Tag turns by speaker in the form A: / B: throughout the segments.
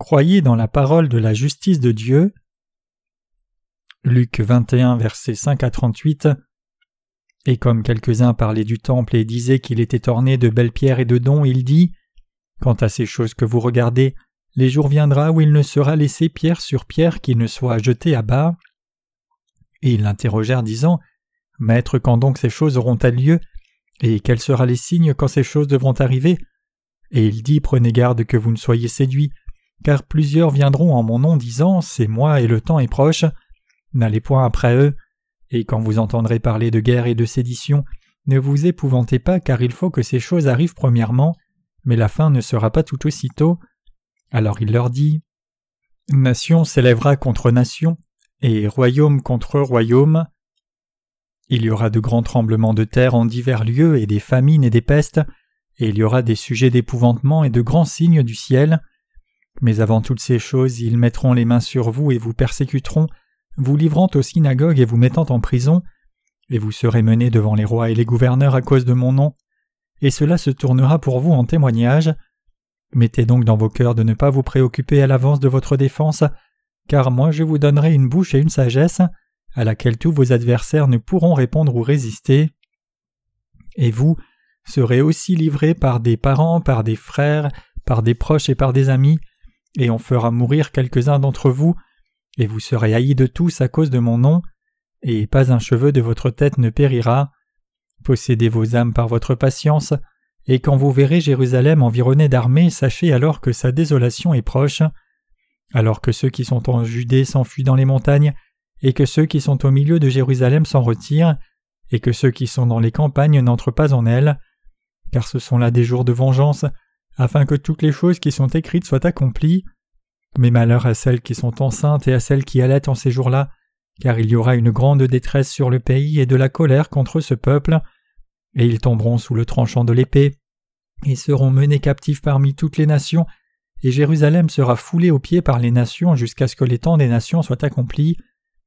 A: Croyez dans la parole de la justice de Dieu. Luc 21, versets 5 à 38. Et comme quelques-uns parlaient du temple et disaient qu'il était orné de belles pierres et de dons, il dit : Quant à ces choses que vous regardez, les jours viendra où il ne sera laissé pierre sur pierre qui ne soit jeté à bas. Et ils l'interrogèrent, disant : Maître, quand donc ces choses auront-elles lieu ? Et quels seront les signes quand ces choses devront arriver ? Et il dit : Prenez garde que vous ne soyez séduits, car plusieurs viendront en mon nom, disant : C'est moi et le temps est proche. N'allez point après eux. Et quand vous entendrez parler de guerre et de sédition, ne vous épouvantez pas, car il faut que ces choses arrivent premièrement, mais la fin ne sera pas tout aussitôt. Alors il leur dit : Nation s'élèvera contre nation, et royaume contre royaume. Il y aura de grands tremblements de terre en divers lieux, et des famines et des pestes, et il y aura des sujets d'épouvantement et de grands signes du ciel. Mais avant toutes ces choses, ils mettront les mains sur vous et vous persécuteront, vous livrant aux synagogues et vous mettant en prison, et vous serez menés devant les rois et les gouverneurs à cause de mon nom, et cela se tournera pour vous en témoignage. Mettez donc dans vos cœurs de ne pas vous préoccuper à l'avance de votre défense, car moi je vous donnerai une bouche et une sagesse, à laquelle tous vos adversaires ne pourront répondre ou résister. Et vous serez aussi livrés par des parents, par des frères, par des proches et par des amis, et on fera mourir quelques-uns d'entre vous, et vous serez haïs de tous à cause de mon nom, et pas un cheveu de votre tête ne périra. Possédez vos âmes par votre patience, et quand vous verrez Jérusalem environnée d'armées, sachez alors que sa désolation est proche. Alors que ceux qui sont en Judée s'enfuient dans les montagnes, et que ceux qui sont au milieu de Jérusalem s'en retirent, et que ceux qui sont dans les campagnes n'entrent pas en elle, car ce sont là des jours de vengeance, afin que toutes les choses qui sont écrites soient accomplies. Mais malheur à celles qui sont enceintes et à celles qui allaitent en ces jours-là, car il y aura une grande détresse sur le pays et de la colère contre ce peuple, et ils tomberont sous le tranchant de l'épée, et seront menés captifs parmi toutes les nations, et Jérusalem sera foulée aux pieds par les nations jusqu'à ce que les temps des nations soient accomplis.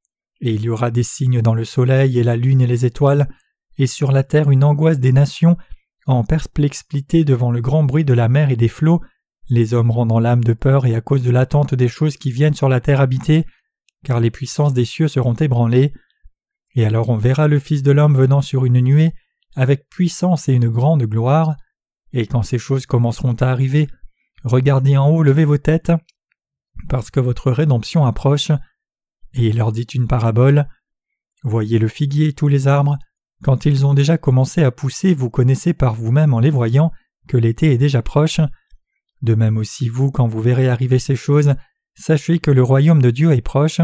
A: Et il y aura des signes dans le soleil et la lune et les étoiles, et sur la terre une angoisse des nations, en perplexité devant le grand bruit de la mer et des flots, les hommes rendant l'âme de peur et à cause de l'attente des choses qui viennent sur la terre habitée, car les puissances des cieux seront ébranlées. Et alors on verra le Fils de l'homme venant sur une nuée, avec puissance et une grande gloire, et quand ces choses commenceront à arriver, regardez en haut, levez vos têtes, parce que votre rédemption approche. Et il leur dit une parabole. Voyez le figuier et tous les arbres, quand ils ont déjà commencé à pousser, vous connaissez par vous-même en les voyant que l'été est déjà proche. De même aussi vous, quand vous verrez arriver ces choses, sachez que le royaume de Dieu est proche.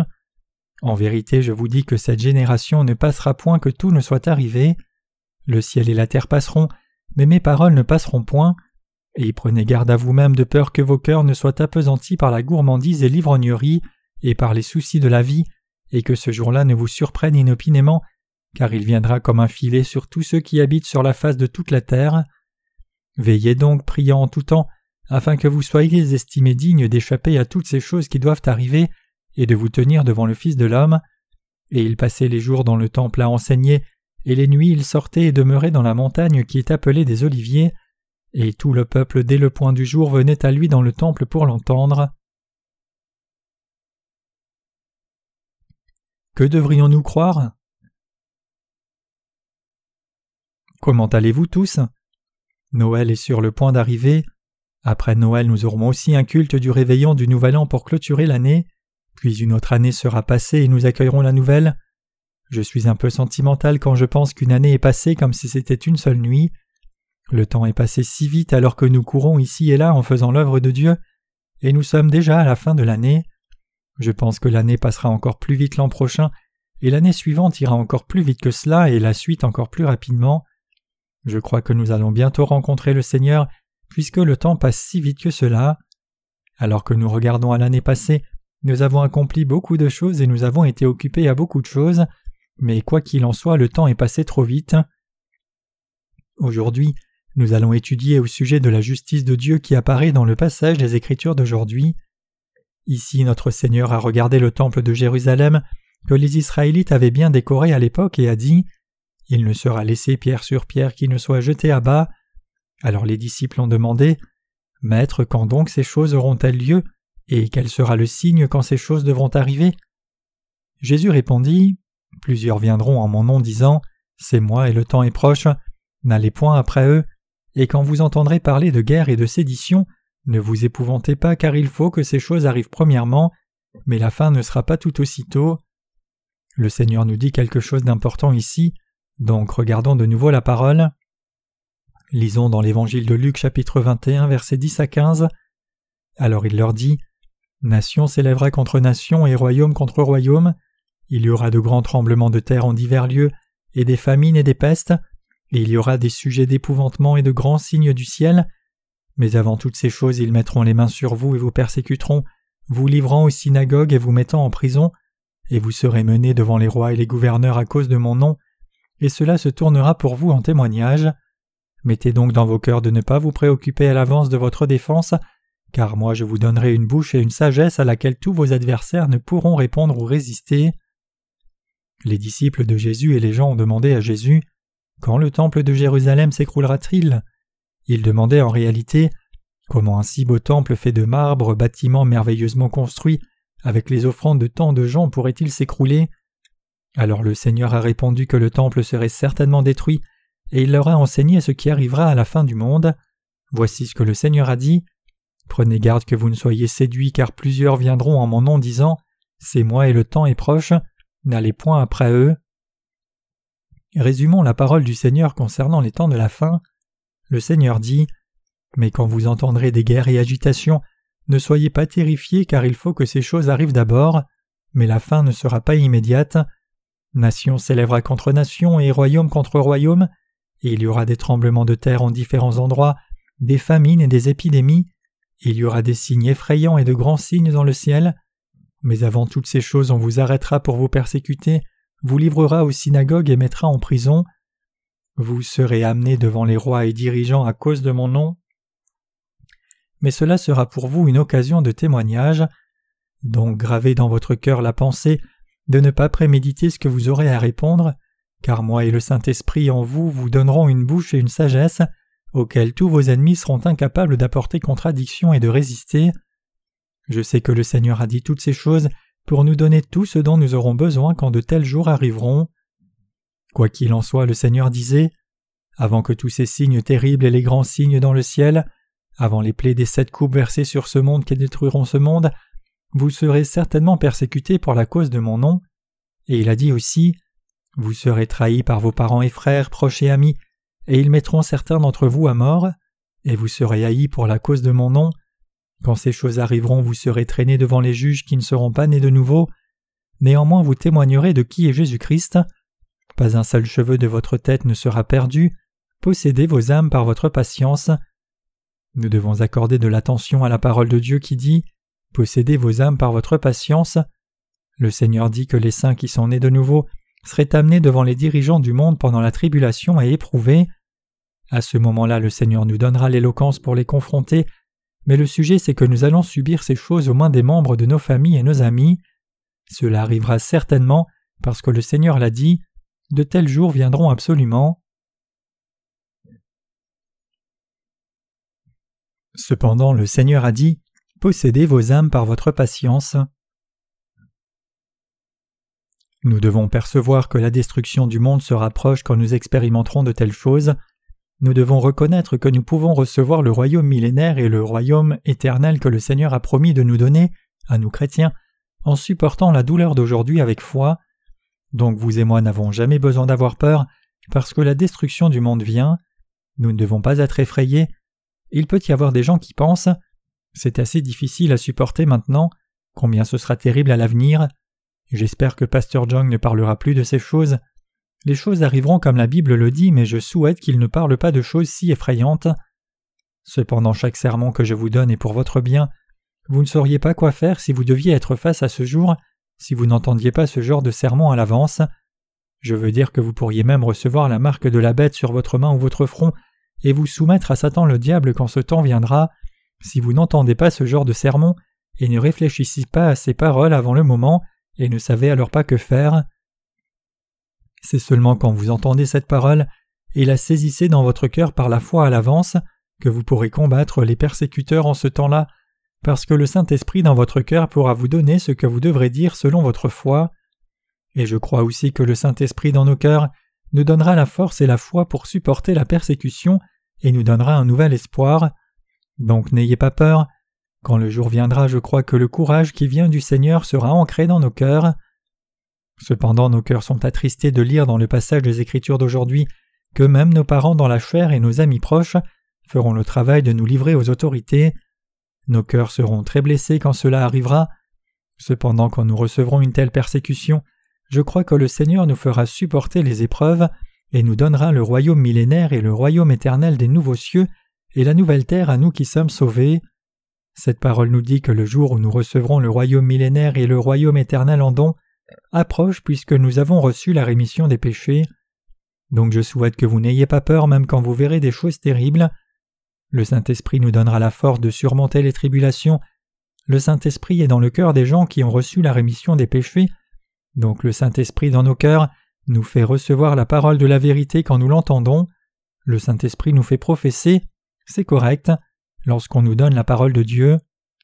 A: En vérité, je vous dis que cette génération ne passera point que tout ne soit arrivé. Le ciel et la terre passeront, mais mes paroles ne passeront point. Et prenez garde à vous-même de peur que vos cœurs ne soient appesantis par la gourmandise et l'ivrognerie, et par les soucis de la vie, et que ce jour-là ne vous surprenne inopinément, car il viendra comme un filet sur tous ceux qui habitent sur la face de toute la terre. Veillez donc, priant en tout temps, afin que vous soyez estimés dignes d'échapper à toutes ces choses qui doivent arriver, et de vous tenir devant le Fils de l'homme. Et il passait les jours dans le temple à enseigner, et les nuits il sortait et demeurait dans la montagne qui est appelée des Oliviers, et tout le peuple dès le point du jour venait à lui dans le temple pour l'entendre. Que devrions-nous croire ? Comment allez-vous tous ? Noël est sur le point d'arriver. Après Noël, nous aurons aussi un culte du réveillon du Nouvel An pour clôturer l'année, puis une autre année sera passée et nous accueillerons la nouvelle. Je suis un peu sentimental quand je pense qu'une année est passée comme si c'était une seule nuit. Le temps est passé si vite alors que nous courons ici et là en faisant l'œuvre de Dieu, et nous sommes déjà à la fin de l'année. Je pense que l'année passera encore plus vite l'an prochain, et l'année suivante ira encore plus vite que cela, et la suite encore plus rapidement. Je crois que nous allons bientôt rencontrer le Seigneur, puisque le temps passe si vite que cela. Alors que nous regardons à l'année passée, nous avons accompli beaucoup de choses et nous avons été occupés à beaucoup de choses, mais quoi qu'il en soit, le temps est passé trop vite. Aujourd'hui, nous allons étudier au sujet de la justice de Dieu qui apparaît dans le passage des Écritures d'aujourd'hui. Ici, notre Seigneur a regardé le temple de Jérusalem que les Israélites avaient bien décoré à l'époque et a dit « Il ne sera laissé pierre sur pierre qui ne soit jeté à bas ». Alors les disciples ont demandé « Maître, quand donc ces choses auront-elles lieu ? Et quel sera le signe quand ces choses devront arriver ? Jésus répondit, « Plusieurs viendront en mon nom disant, « C'est moi et le temps est proche », n'allez point après eux, et quand vous entendrez parler de guerre et de sédition, ne vous épouvantez pas car il faut que ces choses arrivent premièrement, mais la fin ne sera pas tout aussitôt. » Le Seigneur nous dit quelque chose d'important ici, donc regardons de nouveau la parole. Lisons dans l'Évangile de Luc chapitre 21 versets 10 à 15. Alors il leur dit, « Nation s'élèvera contre nation et royaume contre royaume. Il y aura de grands tremblements de terre en divers lieux, et des famines et des pestes, et il y aura des sujets d'épouvantement et de grands signes du ciel. Mais avant toutes ces choses, ils mettront les mains sur vous et vous persécuteront, vous livrant aux synagogues et vous mettant en prison, et vous serez menés devant les rois et les gouverneurs à cause de mon nom, et cela se tournera pour vous en témoignage. Mettez donc dans vos cœurs de ne pas vous préoccuper à l'avance de votre défense, car moi je vous donnerai une bouche et une sagesse à laquelle tous vos adversaires ne pourront répondre ou résister. » Les disciples de Jésus et les gens ont demandé à Jésus, « Quand le temple de Jérusalem s'écroulera-t-il » Ils demandaient en réalité, « Comment un si beau temple fait de marbre, bâtiment merveilleusement construit, avec les offrandes de tant de gens pourrait-il s'écrouler ?» Alors le Seigneur a répondu que le temple serait certainement détruit, et il leur a enseigné ce qui arrivera à la fin du monde. Voici ce que le Seigneur a dit. « Prenez garde que vous ne soyez séduits, car plusieurs viendront en mon nom disant, « C'est moi et le temps est proche », n'allez point après eux. » Résumons la parole du Seigneur concernant les temps de la fin. Le Seigneur dit, « Mais quand vous entendrez des guerres et agitations, ne soyez pas terrifiés, car il faut que ces choses arrivent d'abord, mais la fin ne sera pas immédiate. Nation s'élèvera contre nation et royaume contre royaume, et il y aura des tremblements de terre en différents endroits, des famines et des épidémies, et il y aura des signes effrayants et de grands signes dans le ciel. Mais avant toutes ces choses, on vous arrêtera pour vous persécuter, vous livrera aux synagogues et mettra en prison. Vous serez amenés devant les rois et dirigeants à cause de mon nom. Mais cela sera pour vous une occasion de témoignage. Donc gravez dans votre cœur la pensée de ne pas préméditer ce que vous aurez à répondre, car moi et le Saint-Esprit en vous vous donnerons une bouche et une sagesse, auxquelles tous vos ennemis seront incapables d'apporter contradiction et de résister. Je sais que le Seigneur a dit toutes ces choses pour nous donner tout ce dont nous aurons besoin quand de tels jours arriveront. Quoi qu'il en soit, le Seigneur disait, « Avant que tous ces signes terribles et les grands signes dans le ciel, avant les plaies des 7 coupes versées sur ce monde qui détruiront ce monde, vous serez certainement persécutés pour la cause de mon nom. » Et il a dit aussi, « Vous serez trahis par vos parents et frères, proches et amis, et ils mettront certains d'entre vous à mort, et vous serez haïs pour la cause de mon nom. Quand ces choses arriveront, vous serez traînés devant les juges qui ne seront pas nés de nouveau. Néanmoins vous témoignerez de qui est Jésus-Christ. Pas un seul cheveu de votre tête ne sera perdu. Possédez vos âmes par votre patience. » Nous devons accorder de l'attention à la parole de Dieu qui dit « Possédez vos âmes par votre patience ». Le Seigneur dit que les saints qui sont nés de nouveau seraient amenés devant les dirigeants du monde pendant la tribulation et éprouvés. À ce moment-là, le Seigneur nous donnera l'éloquence pour les confronter, mais le sujet c'est que nous allons subir ces choses aux mains des membres de nos familles et nos amis. Cela arrivera certainement parce que le Seigneur l'a dit, de tels jours viendront absolument. Cependant, le Seigneur a dit, « Possédez vos âmes par votre patience. » Nous devons percevoir que la destruction du monde sera proche quand nous expérimenterons de telles choses. Nous devons reconnaître que nous pouvons recevoir le royaume millénaire et le royaume éternel que le Seigneur a promis de nous donner, à nous chrétiens, en supportant la douleur d'aujourd'hui avec foi. Donc vous et moi n'avons jamais besoin d'avoir peur, parce que la destruction du monde vient. Nous ne devons pas être effrayés. Il peut y avoir des gens qui pensent « C'est assez difficile à supporter maintenant, combien ce sera terrible à l'avenir. J'espère que Pasteur John ne parlera plus de ces choses. Les choses arriveront comme la Bible le dit, mais je souhaite qu'il ne parle pas de choses si effrayantes. Cependant, chaque sermon que je vous donne est pour votre bien. Vous ne sauriez pas quoi faire si vous deviez être face à ce jour, si vous n'entendiez pas ce genre de sermon à l'avance. Je veux dire que vous pourriez même recevoir la marque de la bête sur votre main ou votre front, et vous soumettre à Satan le diable quand ce temps viendra, si vous n'entendez pas ce genre de sermon, et ne réfléchissez pas à ces paroles avant le moment, et ne savez alors pas que faire. C'est seulement quand vous entendez cette parole, et la saisissez dans votre cœur par la foi à l'avance, que vous pourrez combattre les persécuteurs en ce temps-là, parce que le Saint-Esprit dans votre cœur pourra vous donner ce que vous devrez dire selon votre foi. Et je crois aussi que le Saint-Esprit dans nos cœurs nous donnera la force et la foi pour supporter la persécution et nous donnera un nouvel espoir. Donc n'ayez pas peur. Quand le jour viendra, je crois que le courage qui vient du Seigneur sera ancré dans nos cœurs. Cependant, nos cœurs sont attristés de lire dans le passage des Écritures d'aujourd'hui que même nos parents dans la chair et nos amis proches feront le travail de nous livrer aux autorités. Nos cœurs seront très blessés quand cela arrivera. Cependant, quand nous recevrons une telle persécution, je crois que le Seigneur nous fera supporter les épreuves et nous donnera le royaume millénaire et le royaume éternel des nouveaux cieux et la nouvelle terre à nous qui sommes sauvés. Cette parole nous dit que le jour où nous recevrons le royaume millénaire et le royaume éternel en don approche puisque nous avons reçu la rémission des péchés. Donc je souhaite que vous n'ayez pas peur même quand vous verrez des choses terribles. Le Saint-Esprit nous donnera la force de surmonter les tribulations. Le Saint-Esprit est dans le cœur des gens qui ont reçu la rémission des péchés. Donc le Saint-Esprit dans nos cœurs nous fait recevoir la parole de la vérité quand nous l'entendons. Le Saint-Esprit nous fait professer, c'est correct, lorsqu'on nous donne la parole de Dieu.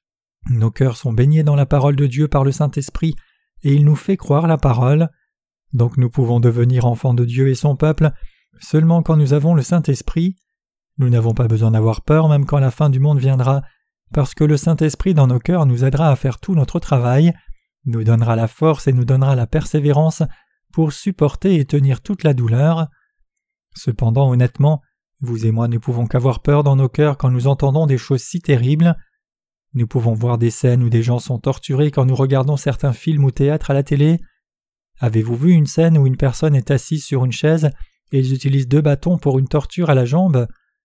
A: Nos cœurs sont baignés dans la parole de Dieu par le Saint-Esprit et il nous fait croire la parole. Donc nous pouvons devenir enfants de Dieu et son peuple seulement quand nous avons le Saint-Esprit. Nous n'avons pas besoin d'avoir peur même quand la fin du monde viendra, parce que le Saint-Esprit dans nos cœurs nous aidera à faire tout notre travail, nous donnera la force et nous donnera la persévérance pour supporter et tenir toute la douleur. Cependant, honnêtement, vous et moi ne pouvons qu'avoir peur dans nos cœurs quand nous entendons des choses si terribles. Nous pouvons voir des scènes où des gens sont torturés quand nous regardons certains films ou théâtres à la télé. Avez-vous vu une scène où une personne est assise sur une chaise et ils utilisent 2 bâtons pour une torture à la jambe?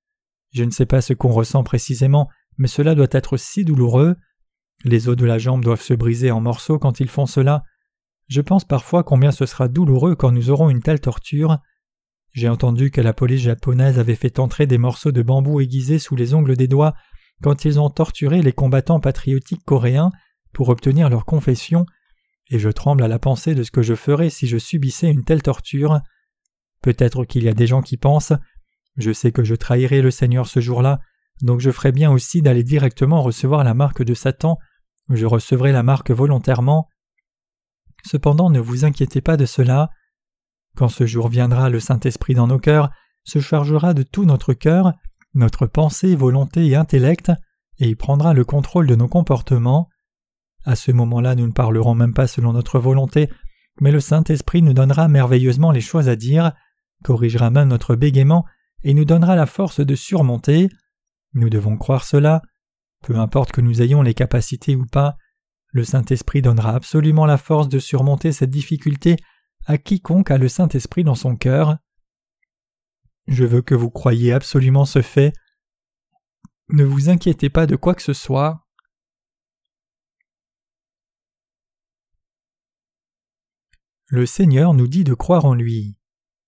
A: Je ne sais pas ce qu'on ressent précisément, mais cela doit être si douloureux. Les os de la jambe doivent se briser en morceaux quand ils font cela. Je pense parfois combien ce sera douloureux quand nous aurons une telle torture. J'ai entendu que la police japonaise avait fait entrer des morceaux de bambou aiguisés sous les ongles des doigts quand ils ont torturé les combattants patriotiques coréens pour obtenir leur confession, et je tremble à la pensée de ce que je ferais si je subissais une telle torture. Peut-être qu'il y a des gens qui pensent « Je sais que je trahirai le Seigneur ce jour-là, donc je ferai bien aussi d'aller directement recevoir la marque de Satan, je recevrai la marque volontairement. » Cependant, ne vous inquiétez pas de cela. Quand ce jour viendra, le Saint-Esprit dans nos cœurs se chargera de tout notre cœur, notre pensée, volonté et intellect, et il prendra le contrôle de nos comportements. À ce moment-là, nous ne parlerons même pas selon notre volonté, mais le Saint-Esprit nous donnera merveilleusement les choses à dire, corrigera même notre bégaiement et nous donnera la force de surmonter. Nous devons croire cela. Peu importe que nous ayons les capacités ou pas, le Saint-Esprit donnera absolument la force de surmonter cette difficulté à quiconque a le Saint-Esprit dans son cœur. Je veux que vous croyiez absolument ce fait. Ne vous inquiétez pas de quoi que ce soit. Le Seigneur nous dit de croire en lui.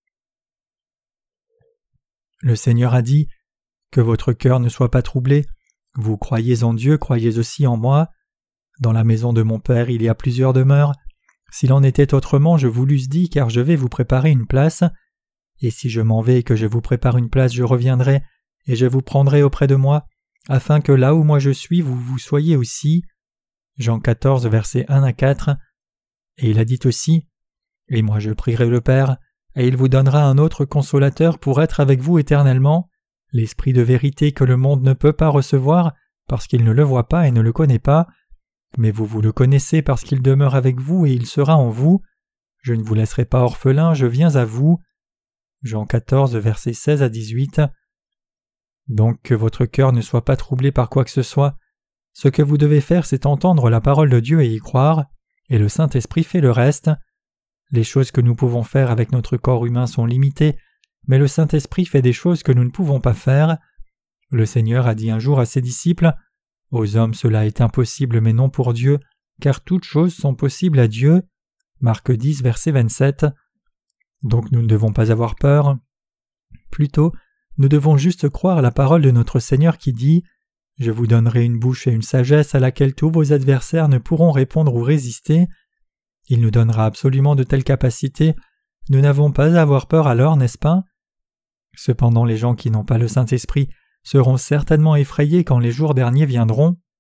A: Le Seigneur a dit « Que votre cœur ne soit pas troublé, vous croyez en Dieu, croyez aussi en moi. Dans la maison de mon Père il y a plusieurs demeures. S'il en était autrement, je vous l'eusse dit, car je vais vous préparer une place. Et si je m'en vais et que je vous prépare une place, je reviendrai, et je vous prendrai auprès de moi, afin que là où moi je suis, vous soyez aussi. » Jean 14, versets 1 à 4. Et il a dit aussi « Et moi je prierai le Père, et il vous donnera un autre consolateur pour être avec vous éternellement, l'Esprit de vérité que le monde ne peut pas recevoir, parce qu'il ne le voit pas et ne le connaît pas. Mais vous le connaissez parce qu'il demeure avec vous et il sera en vous. Je ne vous laisserai pas orphelin, je viens à vous. » Jean 14, versets 16 à 18. Donc que votre cœur ne soit pas troublé par quoi que ce soit. Ce que vous devez faire, c'est entendre la parole de Dieu et y croire, et le Saint-Esprit fait le reste. Les choses que nous pouvons faire avec notre corps humain sont limitées, mais le Saint-Esprit fait des choses que nous ne pouvons pas faire. Le Seigneur a dit un jour à ses disciples « Aux hommes cela est impossible, mais non pour Dieu, car toutes choses sont possibles à Dieu. » Marc 10, verset 27. Donc nous ne devons pas avoir peur. Plutôt, nous devons juste croire la parole de notre Seigneur qui dit « Je vous donnerai une bouche et une sagesse à laquelle tous vos adversaires ne pourront répondre ou résister. » Il nous donnera absolument de telles capacités. Nous n'avons pas à avoir peur alors, n'est-ce pas? Cependant, les gens qui n'ont pas le Saint-Esprit seront certainement effrayés quand les jours derniers viendront.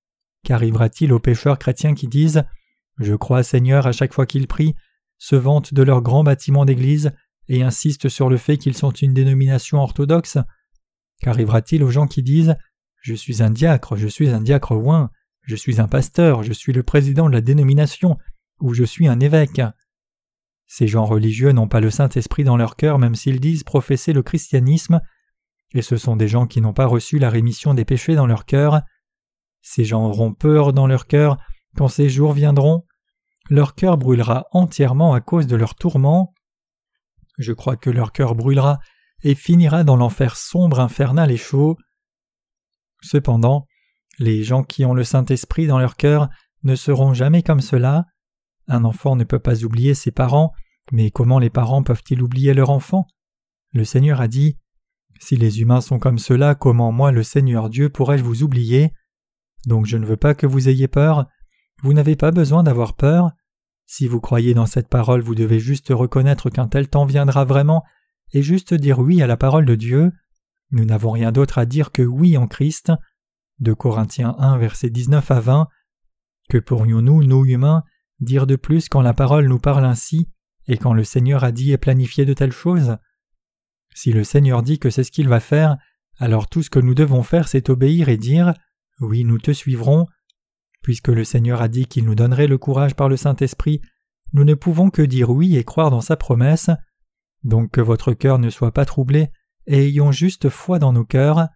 A: Qu'arrivera-t-il aux pécheurs chrétiens qui disent « Je crois Seigneur » à chaque fois qu'ils prient, se vantent de leur grand bâtiment d'église et insistent sur le fait qu'ils sont une dénomination orthodoxe? Qu'arrivera-t-il aux gens qui disent « Je suis un diacre oint, je suis un pasteur, je suis le président de la dénomination, ou je suis un évêque ?» Ces gens religieux n'ont pas le Saint-Esprit dans leur cœur même s'ils disent professer le christianisme, et ce sont des gens qui n'ont pas reçu la rémission des péchés dans leur cœur. Ces gens auront peur dans leur cœur quand ces jours viendront. Leur cœur brûlera entièrement à cause de leurs tourments. Je crois que leur cœur brûlera et finira dans l'enfer sombre, infernal et chaud. Cependant, les gens qui ont le Saint-Esprit dans leur cœur ne seront jamais comme cela. Un enfant ne peut pas oublier ses parents, mais comment les parents peuvent-ils oublier leur enfant? Le Seigneur a dit « Si les humains sont comme cela, comment moi, le Seigneur Dieu, pourrais-je vous oublier? Donc je ne veux pas que vous ayez peur. Vous n'avez pas besoin d'avoir peur. Si vous croyez dans cette parole, vous devez juste reconnaître qu'un tel temps viendra vraiment et juste dire oui à la parole de Dieu. Nous n'avons rien d'autre à dire que oui en Christ. » 2 Corinthiens 1, versets 19 à 20. Que pourrions-nous, nous humains, dire de plus quand la parole nous parle ainsi et quand le Seigneur a dit et planifié de telles choses? Si le Seigneur dit que c'est ce qu'il va faire, alors tout ce que nous devons faire c'est obéir et dire « Oui, nous te suivrons ». Puisque le Seigneur a dit qu'il nous donnerait le courage par le Saint-Esprit, nous ne pouvons que dire oui et croire dans sa promesse. Donc que votre cœur ne soit pas troublé et ayons juste foi dans nos cœurs.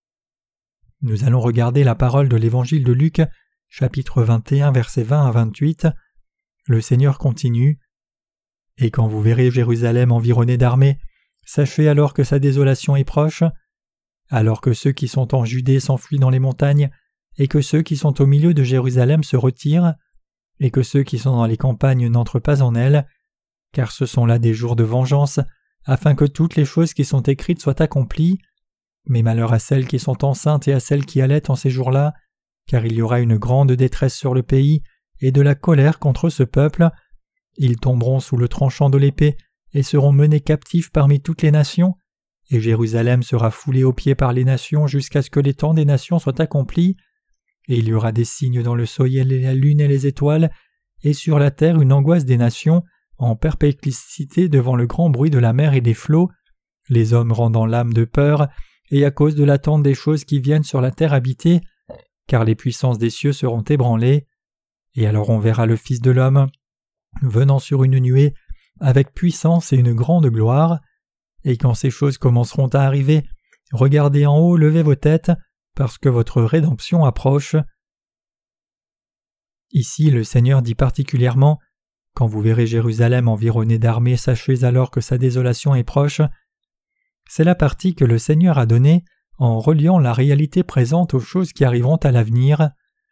A: Nous allons regarder la parole de l'Évangile de Luc, chapitre 21, versets 20 à 28. Le Seigneur continue. « Et quand vous verrez Jérusalem environnée d'armées, sachez alors que sa désolation est proche. Alors que ceux qui sont en Judée s'enfuient dans les montagnes, et que ceux qui sont au milieu de Jérusalem se retirent, et que ceux qui sont dans les campagnes n'entrent pas en elle, car ce sont là des jours de vengeance, afin que toutes les choses qui sont écrites soient accomplies. Mais malheur à celles qui sont enceintes et à celles qui allaitent en ces jours-là, car il y aura une grande détresse sur le pays, et de la colère contre ce peuple. Ils tomberont sous le tranchant de l'épée, et seront menés captifs parmi toutes les nations, et Jérusalem sera foulée aux pieds par les nations jusqu'à ce que les temps des nations soient accomplis. Et il y aura des signes dans le soleil et la lune et les étoiles, et sur la terre une angoisse des nations, en perplexité devant le grand bruit de la mer et des flots, les hommes rendant l'âme de peur, et à cause de l'attente des choses qui viennent sur la terre habitée, car les puissances des cieux seront ébranlées. Et alors on verra le Fils de l'homme venant sur une nuée, avec puissance et une grande gloire. Et quand ces choses commenceront à arriver, regardez en haut, levez vos têtes, parce que votre rédemption approche. Ici, le Seigneur dit particulièrement « Quand vous verrez Jérusalem environnée d'armées, sachez alors que sa désolation est proche ». C'est la partie que le Seigneur a donnée en reliant la réalité présente aux choses qui arriveront à l'avenir.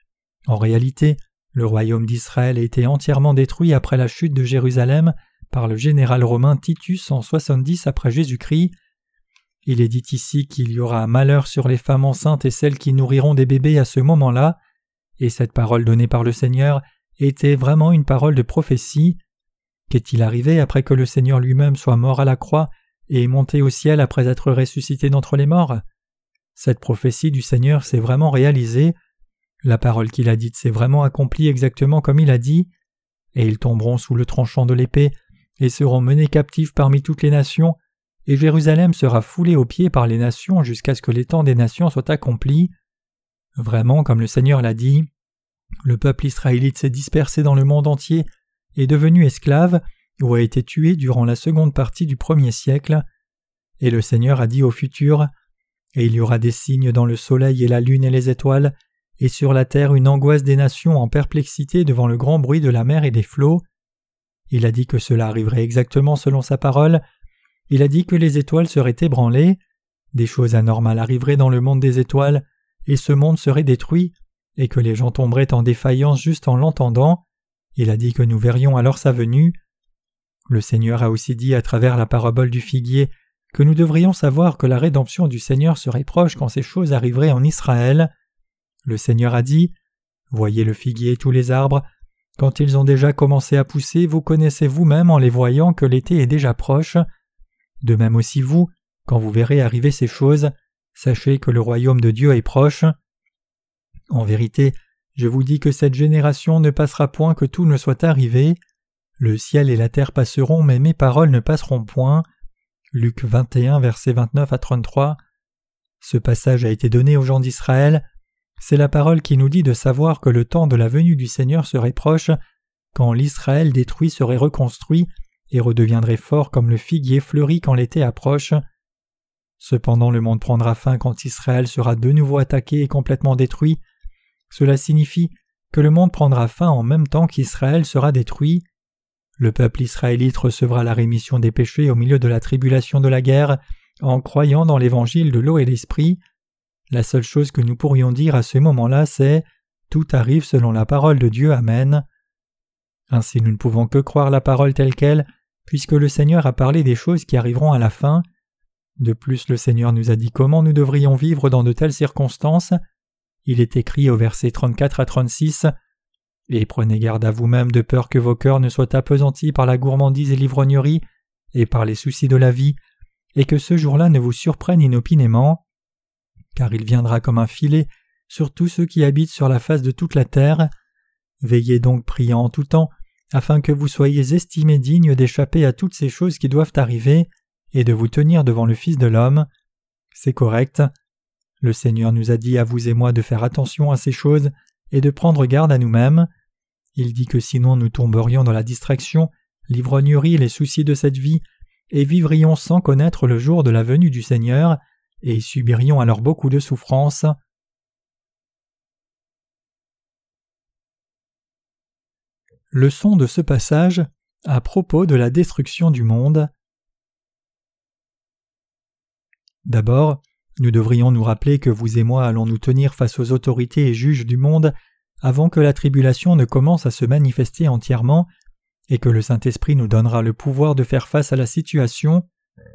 A: En réalité, le royaume d'Israël a été entièrement détruit après la chute de Jérusalem par le général romain Titus en 70 après Jésus-Christ. Il est dit ici qu'il y aura un malheur sur les femmes enceintes et celles qui nourriront des bébés à ce moment-là, et cette parole donnée par le Seigneur était vraiment une parole de prophétie. Qu'est-il arrivé après que le Seigneur lui-même soit mort à la croix et est monté au ciel après être ressuscité d'entre les morts? Cette prophétie du Seigneur s'est vraiment réalisée. La parole qu'il a dite s'est vraiment accomplie exactement comme il a dit. Et ils tomberont sous le tranchant de l'épée et seront menés captifs parmi toutes les nations, et Jérusalem sera foulée aux pieds par les nations jusqu'à ce que les temps des nations soient accomplis. Vraiment, comme le Seigneur l'a dit, le peuple israélite s'est dispersé dans le monde entier, est devenu esclave, ou a été tué durant la seconde partie du 1er siècle. Et le Seigneur a dit au futur « Et il y aura des signes dans le soleil et la lune et les étoiles, et sur la terre une angoisse des nations en perplexité devant le grand bruit de la mer et des flots. » Il a dit que cela arriverait exactement selon sa parole. Il a dit que les étoiles seraient ébranlées, des choses anormales arriveraient dans le monde des étoiles, et ce monde serait détruit, et que les gens tomberaient en défaillance juste en l'entendant. Il a dit que nous verrions alors sa venue. Le Seigneur a aussi dit à travers la parabole du figuier que nous devrions savoir que la rédemption du Seigneur serait proche quand ces choses arriveraient en Israël. Le Seigneur a dit « Voyez le figuier et tous les arbres. Quand ils ont déjà commencé à pousser, vous connaissez vous-même en les voyant que l'été est déjà proche. De même aussi vous, quand vous verrez arriver ces choses, sachez que le royaume de Dieu est proche. » En vérité, Je vous dis que cette génération ne passera point que tout ne soit arrivé. Le ciel et la terre passeront, mais mes paroles ne passeront point. Luc 21, versets 29 à 33. Ce passage a été donné aux gens d'Israël. C'est la parole qui nous dit de savoir que le temps de la venue du Seigneur serait proche, quand l'Israël détruit serait reconstruit et redeviendrait fort comme le figuier fleuri quand l'été approche. Cependant le monde prendra fin quand Israël sera de nouveau attaqué et complètement détruit. Cela signifie que le monde prendra fin en même temps qu'Israël sera détruit. Le peuple israélite recevra la rémission des péchés au milieu de la tribulation de la guerre en croyant dans l'évangile de l'eau et l'esprit. La seule chose que nous pourrions dire à ce moment-là, c'est « Tout arrive selon la parole de Dieu, Amen ». Ainsi nous ne pouvons que croire la parole telle qu'elle, puisque le Seigneur a parlé des choses qui arriveront à la fin. De plus, le Seigneur nous a dit comment nous devrions vivre dans de telles circonstances. Il est écrit au verset 34 à 36 « Et prenez garde à vous-même de peur que vos cœurs ne soient appesantis par la gourmandise et l'ivrognerie, et par les soucis de la vie, et que ce jour-là ne vous surprenne inopinément. Car il viendra comme un filet sur tous ceux qui habitent sur la face de toute la terre. Veillez donc priant en tout temps, afin que vous soyez estimés dignes d'échapper à toutes ces choses qui doivent arriver, et de vous tenir devant le Fils de l'homme. » C'est correct. Le Seigneur nous a dit à vous et moi de faire attention à ces choses et de prendre garde à nous-mêmes. Il dit que sinon nous tomberions dans la distraction, l'ivrognerie et les soucis de cette vie, et vivrions sans connaître le jour de la venue du Seigneur, et subirions alors beaucoup de souffrances. Leçon de ce passage à propos de la destruction du monde. D'abord, nous devrions nous rappeler que vous et moi allons nous tenir face aux autorités et juges du monde avant que la tribulation ne commence à se manifester entièrement et que le Saint-Esprit nous donnera le pouvoir de faire face à la situation.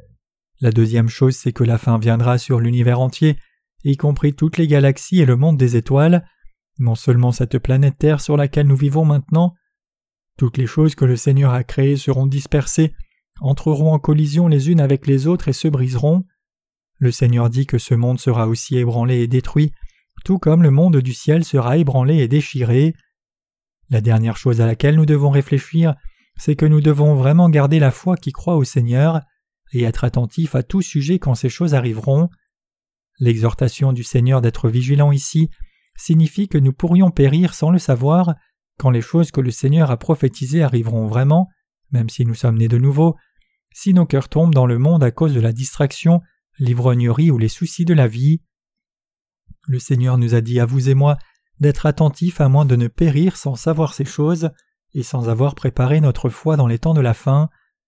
A: La deuxième chose, c'est que la fin viendra sur l'univers entier, y compris toutes les galaxies et le monde des étoiles, non seulement cette planète Terre sur laquelle nous vivons maintenant. Toutes les choses que le Seigneur a créées seront dispersées, entreront en collision les unes avec les autres et se briseront. Le Seigneur dit que ce monde sera aussi ébranlé et détruit, tout comme le monde du ciel sera ébranlé et déchiré. La dernière chose à laquelle nous devons réfléchir, c'est que nous devons vraiment garder la foi qui croit au Seigneur et être attentifs à tout sujet quand ces choses arriveront. L'exhortation du Seigneur d'être vigilants ici signifie que nous pourrions périr sans le savoir quand les choses que le Seigneur a prophétisées arriveront vraiment, même si nous sommes nés de nouveau, si nos cœurs tombent dans le monde à cause de la distraction, l'ivrognerie ou les soucis de la vie. Le Seigneur nous a dit à vous et moi d'être attentifs à moins de ne périr sans savoir ces choses et sans avoir préparé notre foi dans les temps de la fin.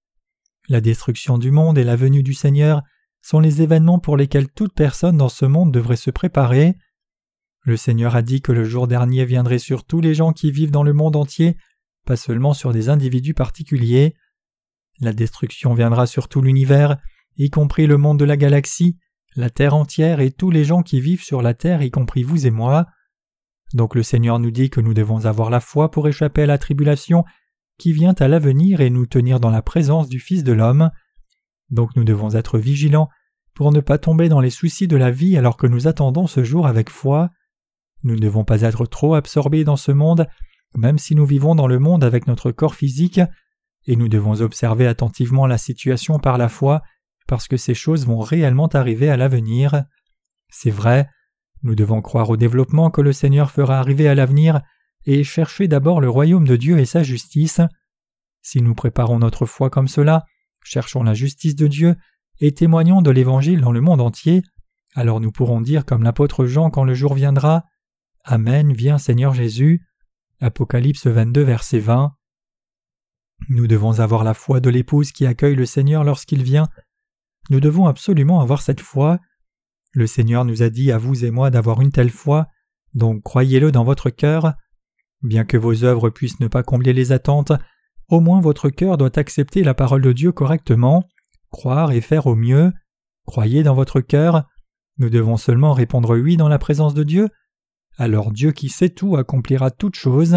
A: La destruction du monde et la venue du Seigneur sont les événements pour lesquels toute personne dans ce monde devrait se préparer. Le Seigneur a dit que le jour dernier viendrait sur tous les gens qui vivent dans le monde entier, pas seulement sur des individus particuliers. La destruction viendra sur tout l'univers, y compris le monde de la galaxie, la terre entière et tous les gens qui vivent sur la terre, y compris vous et moi. Donc le Seigneur nous dit que nous devons avoir la foi pour échapper à la tribulation qui vient à l'avenir et nous tenir dans la présence du Fils de l'homme. Donc nous devons être vigilants pour ne pas tomber dans les soucis de la vie alors que nous attendons ce jour avec foi. Nous ne devons pas être trop absorbés dans ce monde, même si nous vivons dans le monde avec notre corps physique, et nous devons observer attentivement la situation par la foi, parce que ces choses vont réellement arriver à l'avenir. C'est vrai, nous devons croire au développement que le Seigneur fera arriver à l'avenir et chercher d'abord le royaume de Dieu et sa justice. Si nous préparons notre foi comme cela, cherchons la justice de Dieu et témoignons de l'Évangile dans le monde entier, alors nous pourrons dire comme l'apôtre Jean quand le jour viendra « Amen, viens Seigneur Jésus » Apocalypse 22, verset 20. Nous devons avoir la foi de l'épouse qui accueille le Seigneur lorsqu'il vient. Nous devons absolument avoir cette foi. Le Seigneur nous a dit à vous et moi d'avoir une telle foi, donc croyez-le dans votre cœur. Bien que vos œuvres puissent ne pas combler les attentes, au moins votre cœur doit accepter la parole de Dieu correctement, croire et faire au mieux. Croyez dans votre cœur. Nous devons seulement répondre oui dans la présence de Dieu. Alors Dieu qui sait tout accomplira toutes choses.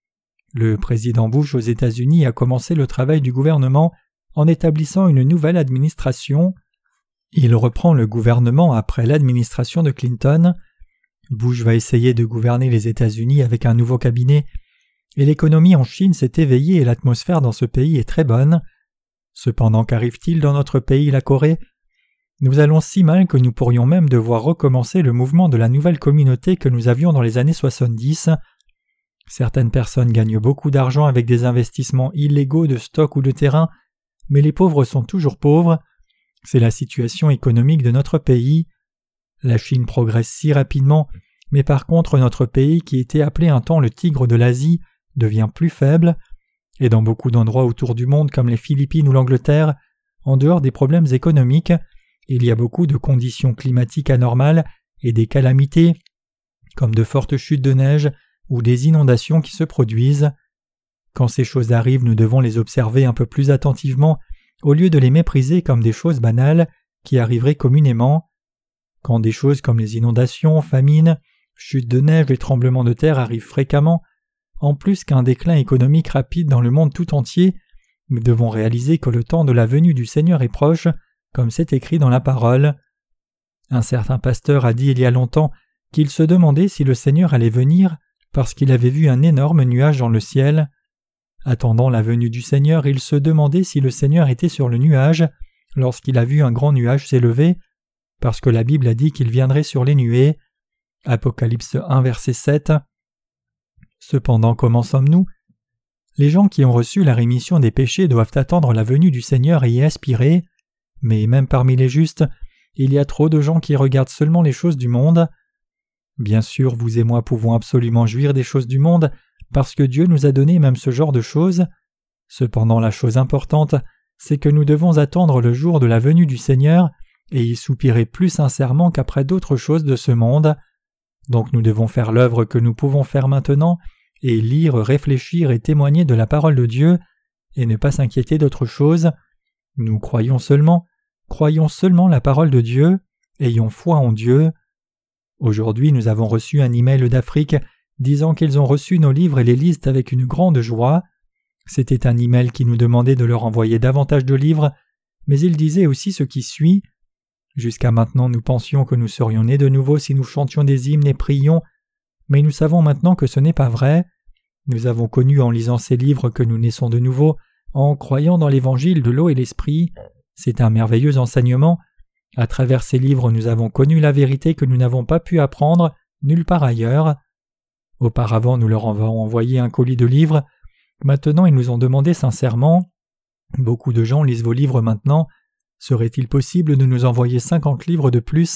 A: Le président Bush aux États-Unis a commencé le travail du gouvernement en établissant une nouvelle administration. Il reprend le gouvernement après l'administration de Clinton. Bush va essayer de gouverner les États-Unis avec un nouveau cabinet, et l'économie en Chine s'est éveillée et l'atmosphère dans ce pays est très bonne. Cependant, qu'arrive-t-il dans notre pays, la Corée ? Nous allons si mal que nous pourrions même devoir recommencer le mouvement de la nouvelle communauté que nous avions dans les années 70. Certaines personnes gagnent beaucoup d'argent avec des investissements illégaux de stock ou de terrain, mais les pauvres sont toujours pauvres. C'est la situation économique de notre pays. La Chine progresse si rapidement, mais par contre notre pays, qui était appelé un temps le tigre de l'Asie, devient plus faible, et dans beaucoup d'endroits autour du monde comme les Philippines ou l'Angleterre, en dehors des problèmes économiques, il y a beaucoup de conditions climatiques anormales et des calamités, comme de fortes chutes de neige ou des inondations qui se produisent. Quand ces choses arrivent, nous devons les observer un peu plus attentivement, au lieu de les mépriser comme des choses banales qui arriveraient communément. Quand des choses comme les inondations, famines, chutes de neige et tremblements de terre arrivent fréquemment, en plus qu'un déclin économique rapide dans le monde tout entier, nous devons réaliser que le temps de la venue du Seigneur est proche, comme c'est écrit dans la parole. Un certain pasteur a dit il y a longtemps qu'il se demandait si le Seigneur allait venir parce qu'il avait vu un énorme nuage dans le ciel. Attendant la venue du Seigneur, il se demandait si le Seigneur était sur le nuage lorsqu'il a vu un grand nuage s'élever, parce que la Bible a dit qu'il viendrait sur les nuées. Apocalypse 1, verset 7. Cependant, comment sommes-nous ? Les gens qui ont reçu la rémission des péchés doivent attendre la venue du Seigneur et y aspirer. Mais même parmi les justes, il y a trop de gens qui regardent seulement les choses du monde. Bien sûr, vous et moi pouvons absolument jouir des choses du monde, parce que Dieu nous a donné même ce genre de choses. Cependant, la chose importante, c'est que nous devons attendre le jour de la venue du Seigneur et y soupirer plus sincèrement qu'après d'autres choses de ce monde. Donc nous devons faire l'œuvre que nous pouvons faire maintenant et lire, réfléchir et témoigner de la parole de Dieu et ne pas s'inquiéter d'autre chose. Nous croyons seulement la parole de Dieu, ayons foi en Dieu. Aujourd'hui, nous avons reçu un email d'Afrique disant qu'ils ont reçu nos livres et les lisent avec une grande joie. C'était un email qui nous demandait de leur envoyer davantage de livres, mais il disait aussi ce qui suit. Jusqu'à maintenant, nous pensions que nous serions nés de nouveau si nous chantions des hymnes et prions, mais nous savons maintenant que ce n'est pas vrai. Nous avons connu en lisant ces livres que nous naissons de nouveau, en croyant dans l'évangile de l'eau et l'esprit. C'est un merveilleux enseignement. À travers ces livres, nous avons connu la vérité que nous n'avons pas pu apprendre nulle part ailleurs. Auparavant, nous leur avons envoyé un colis de livres. Maintenant, ils nous ont demandé sincèrement « Beaucoup de gens lisent vos livres maintenant. Serait-il possible de nous envoyer 50 livres de plus ?»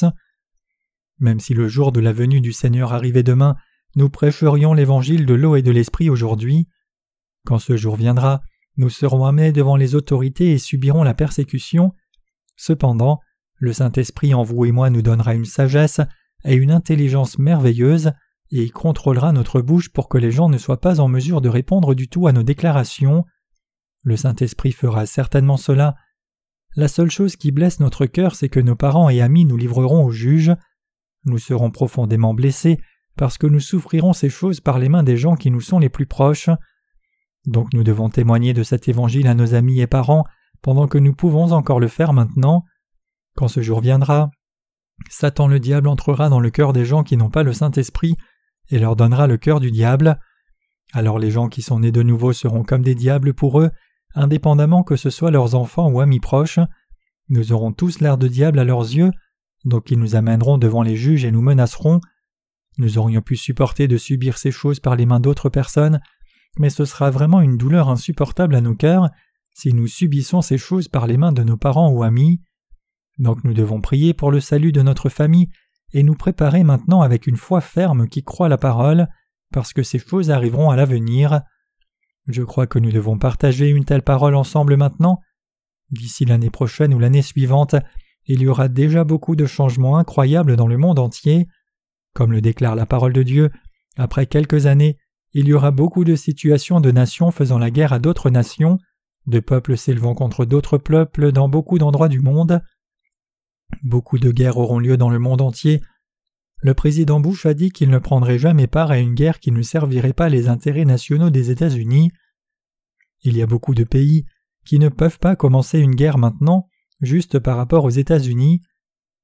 A: Même si le jour de la venue du Seigneur arrivait demain, nous prêcherions l'évangile de l'eau et de l'esprit aujourd'hui. Quand ce jour viendra, nous serons amenés devant les autorités et subirons la persécution. Cependant, le Saint-Esprit en vous et moi nous donnera une sagesse et une intelligence merveilleuse et il contrôlera notre bouche pour que les gens ne soient pas en mesure de répondre du tout à nos déclarations. Le Saint-Esprit fera certainement cela. La seule chose qui blesse notre cœur, c'est que nos parents et amis nous livreront au juge. Nous serons profondément blessés parce que nous souffrirons ces choses par les mains des gens qui nous sont les plus proches. Donc nous devons témoigner de cet évangile à nos amis et parents pendant que nous pouvons encore le faire maintenant. Quand ce jour viendra, Satan le diable entrera dans le cœur des gens qui n'ont pas le Saint-Esprit et leur donnera le cœur du diable. Alors les gens qui sont nés de nouveau seront comme des diables pour eux, indépendamment que ce soit leurs enfants ou amis proches. Nous aurons tous l'air de diable à leurs yeux, donc ils nous amèneront devant les juges et nous menaceront. Nous aurions pu supporter de subir ces choses par les mains d'autres personnes, mais ce sera vraiment une douleur insupportable à nos cœurs si nous subissons ces choses par les mains de nos parents ou amis. Donc nous devons prier pour le salut de notre famille et nous préparer maintenant avec une foi ferme qui croit la parole, parce que ces choses arriveront à l'avenir. Je crois que nous devons partager une telle parole ensemble maintenant. D'ici l'année prochaine ou l'année suivante, il y aura déjà beaucoup de changements incroyables dans le monde entier. Comme le déclare la parole de Dieu, après quelques années, il y aura beaucoup de situations de nations faisant la guerre à d'autres nations, de peuples s'élevant contre d'autres peuples dans beaucoup d'endroits du monde. Beaucoup de guerres auront lieu dans le monde entier. Le président Bush a dit qu'il ne prendrait jamais part à une guerre qui ne servirait pas les intérêts nationaux des États-Unis. Il y a beaucoup de pays qui ne peuvent pas commencer une guerre maintenant, juste par rapport aux États-Unis.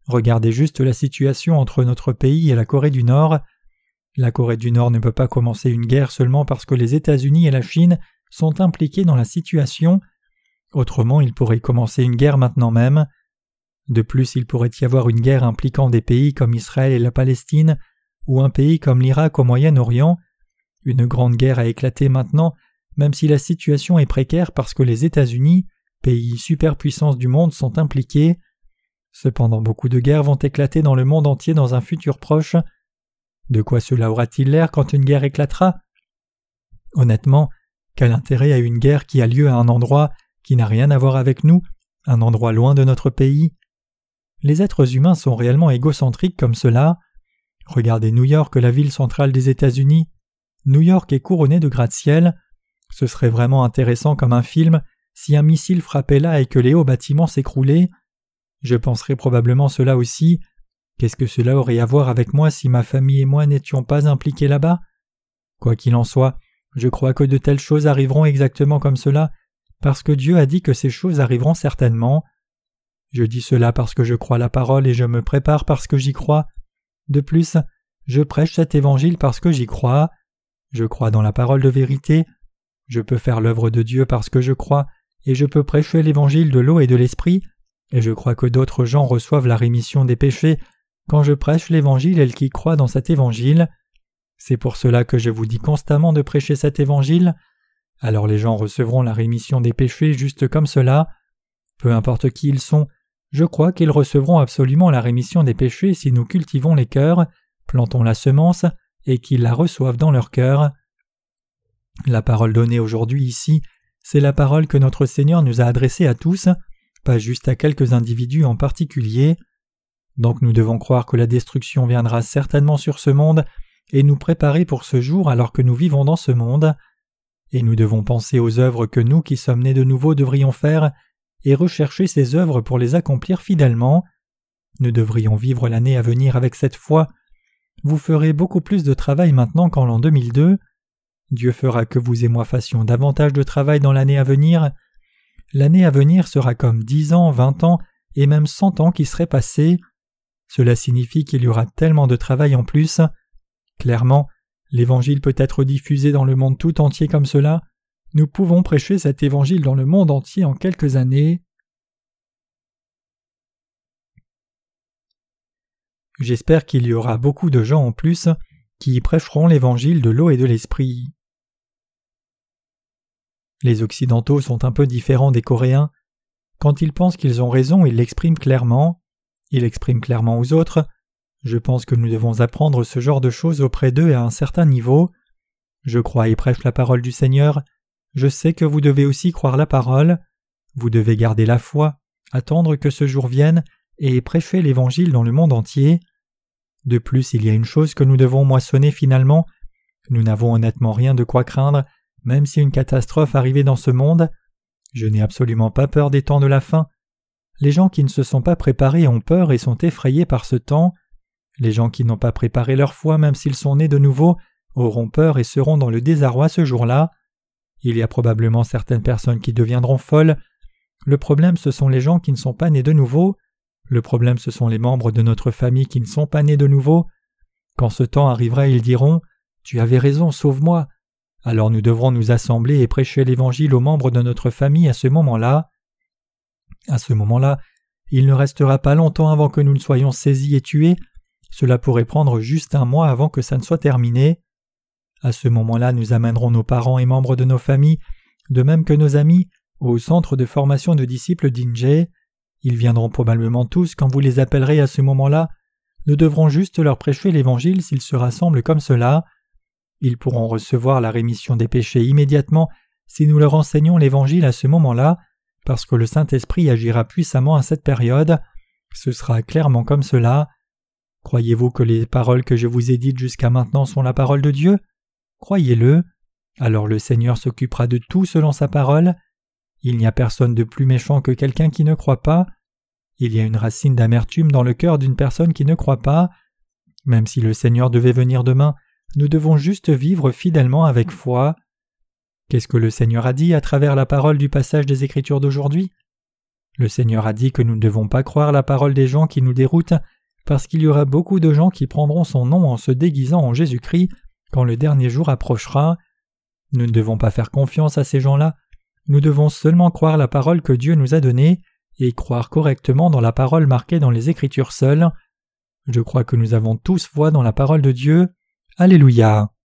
A: Regardez juste la situation entre notre pays et la Corée du Nord. La Corée du Nord ne peut pas commencer une guerre seulement parce que les États-Unis et la Chine sont impliqués dans la situation. Autrement, il pourrait commencer une guerre maintenant même. De plus, il pourrait y avoir une guerre impliquant des pays comme Israël et la Palestine, ou un pays comme l'Irak au Moyen-Orient. Une grande guerre a éclaté maintenant, même si la situation est précaire parce que les États-Unis, pays superpuissance du monde, sont impliqués. Cependant, beaucoup de guerres vont éclater dans le monde entier dans un futur proche. De quoi cela aura-t-il l'air quand une guerre éclatera ? Honnêtement, quel intérêt a une guerre qui a lieu à un endroit qui n'a rien à voir avec nous, un endroit loin de notre pays ? Les êtres humains sont réellement égocentriques comme cela. Regardez New York, la ville centrale des États-Unis. New York est couronnée de gratte-ciel. Ce serait vraiment intéressant comme un film si un missile frappait là et que les hauts bâtiments s'écroulaient. Je penserais probablement cela aussi. Qu'est-ce que cela aurait à voir avec moi si ma famille et moi n'étions pas impliqués là-bas ? Quoi qu'il en soit, je crois que de telles choses arriveront exactement comme cela, parce que Dieu a dit que ces choses arriveront certainement. Je dis cela parce que je crois la parole et je me prépare parce que j'y crois. De plus, je prêche cet évangile parce que j'y crois. Je crois dans la parole de vérité. Je peux faire l'œuvre de Dieu parce que je crois, et je peux prêcher l'évangile de l'eau et de l'esprit, et je crois que d'autres gens reçoivent la rémission des péchés quand je prêche l'évangile et qui croient dans cet évangile. C'est pour cela que je vous dis constamment de prêcher cet évangile. Alors les gens recevront la rémission des péchés juste comme cela. Peu importe qui ils sont, je crois qu'ils recevront absolument la rémission des péchés si nous cultivons les cœurs, plantons la semence et qu'ils la reçoivent dans leur cœur. La parole donnée aujourd'hui ici, c'est la parole que notre Seigneur nous a adressée à tous, pas juste à quelques individus en particulier. Donc nous devons croire que la destruction viendra certainement sur ce monde et nous préparer pour ce jour alors que nous vivons dans ce monde. Et nous devons penser aux œuvres que nous qui sommes nés de nouveau devrions faire et rechercher ces œuvres pour les accomplir fidèlement. Nous devrions vivre l'année à venir avec cette foi. Vous ferez beaucoup plus de travail maintenant qu'en l'an 2002. Dieu fera que vous et moi fassions davantage de travail dans l'année à venir. L'année à venir sera comme 10 ans, 20 ans et même 100 ans qui seraient passés. Cela signifie qu'il y aura tellement de travail en plus. Clairement, l'Évangile peut être diffusé dans le monde tout entier comme cela. Nous pouvons prêcher cet Évangile dans le monde entier en quelques années. J'espère qu'il y aura beaucoup de gens en plus qui prêcheront l'Évangile de l'eau et de l'Esprit. Les Occidentaux sont un peu différents des Coréens. Quand ils pensent qu'ils ont raison, ils l'expriment clairement. Ils l'expriment clairement aux autres. Je pense que nous devons apprendre ce genre de choses auprès d'eux à un certain niveau. Je crois et prêche la parole du Seigneur. Je sais que vous devez aussi croire la parole. Vous devez garder la foi, attendre que ce jour vienne et prêcher l'Évangile dans le monde entier. De plus, il y a une chose que nous devons moissonner finalement. Nous n'avons honnêtement rien de quoi craindre, même si une catastrophe arrivait dans ce monde. Je n'ai absolument pas peur des temps de la fin. Les gens qui ne se sont pas préparés ont peur et sont effrayés par ce temps. Les gens qui n'ont pas préparé leur foi, même s'ils sont nés de nouveau, auront peur et seront dans le désarroi ce jour-là. Il y a probablement certaines personnes qui deviendront folles. Le problème, ce sont les gens qui ne sont pas nés de nouveau. Le problème, ce sont les membres de notre famille qui ne sont pas nés de nouveau. Quand ce temps arrivera, ils diront « Tu avais raison, sauve-moi ». Alors nous devrons nous assembler et prêcher l'Évangile aux membres de notre famille à ce moment-là. À ce moment-là, il ne restera pas longtemps avant que nous ne soyons saisis et tués. Cela pourrait prendre juste 1 mois avant que ça ne soit terminé. À ce moment-là, nous amènerons nos parents et membres de nos familles, de même que nos amis, au centre de formation de disciples d'Inje. Ils viendront probablement tous quand vous les appellerez à ce moment-là. Nous devrons juste leur prêcher l'Évangile s'ils se rassemblent comme cela. Ils pourront recevoir la rémission des péchés immédiatement si nous leur enseignons l'Évangile à ce moment-là, parce que le Saint-Esprit agira puissamment à cette période. Ce sera clairement comme cela. Croyez-vous que les paroles que je vous ai dites jusqu'à maintenant sont la parole de Dieu ? Croyez-le. Alors le Seigneur s'occupera de tout selon sa parole. Il n'y a personne de plus méchant que quelqu'un qui ne croit pas. Il y a une racine d'amertume dans le cœur d'une personne qui ne croit pas. Même si le Seigneur devait venir demain, nous devons juste vivre fidèlement avec foi. Qu'est-ce que le Seigneur a dit à travers la parole du passage des Écritures d'aujourd'hui ? Le Seigneur a dit que nous ne devons pas croire la parole des gens qui nous déroutent, parce qu'il y aura beaucoup de gens qui prendront son nom en se déguisant en Jésus-Christ quand le dernier jour approchera. Nous ne devons pas faire confiance à ces gens-là, nous devons seulement croire la parole que Dieu nous a donnée et croire correctement dans la parole marquée dans les Écritures seules. Je crois que nous avons tous foi dans la parole de Dieu. Alléluia.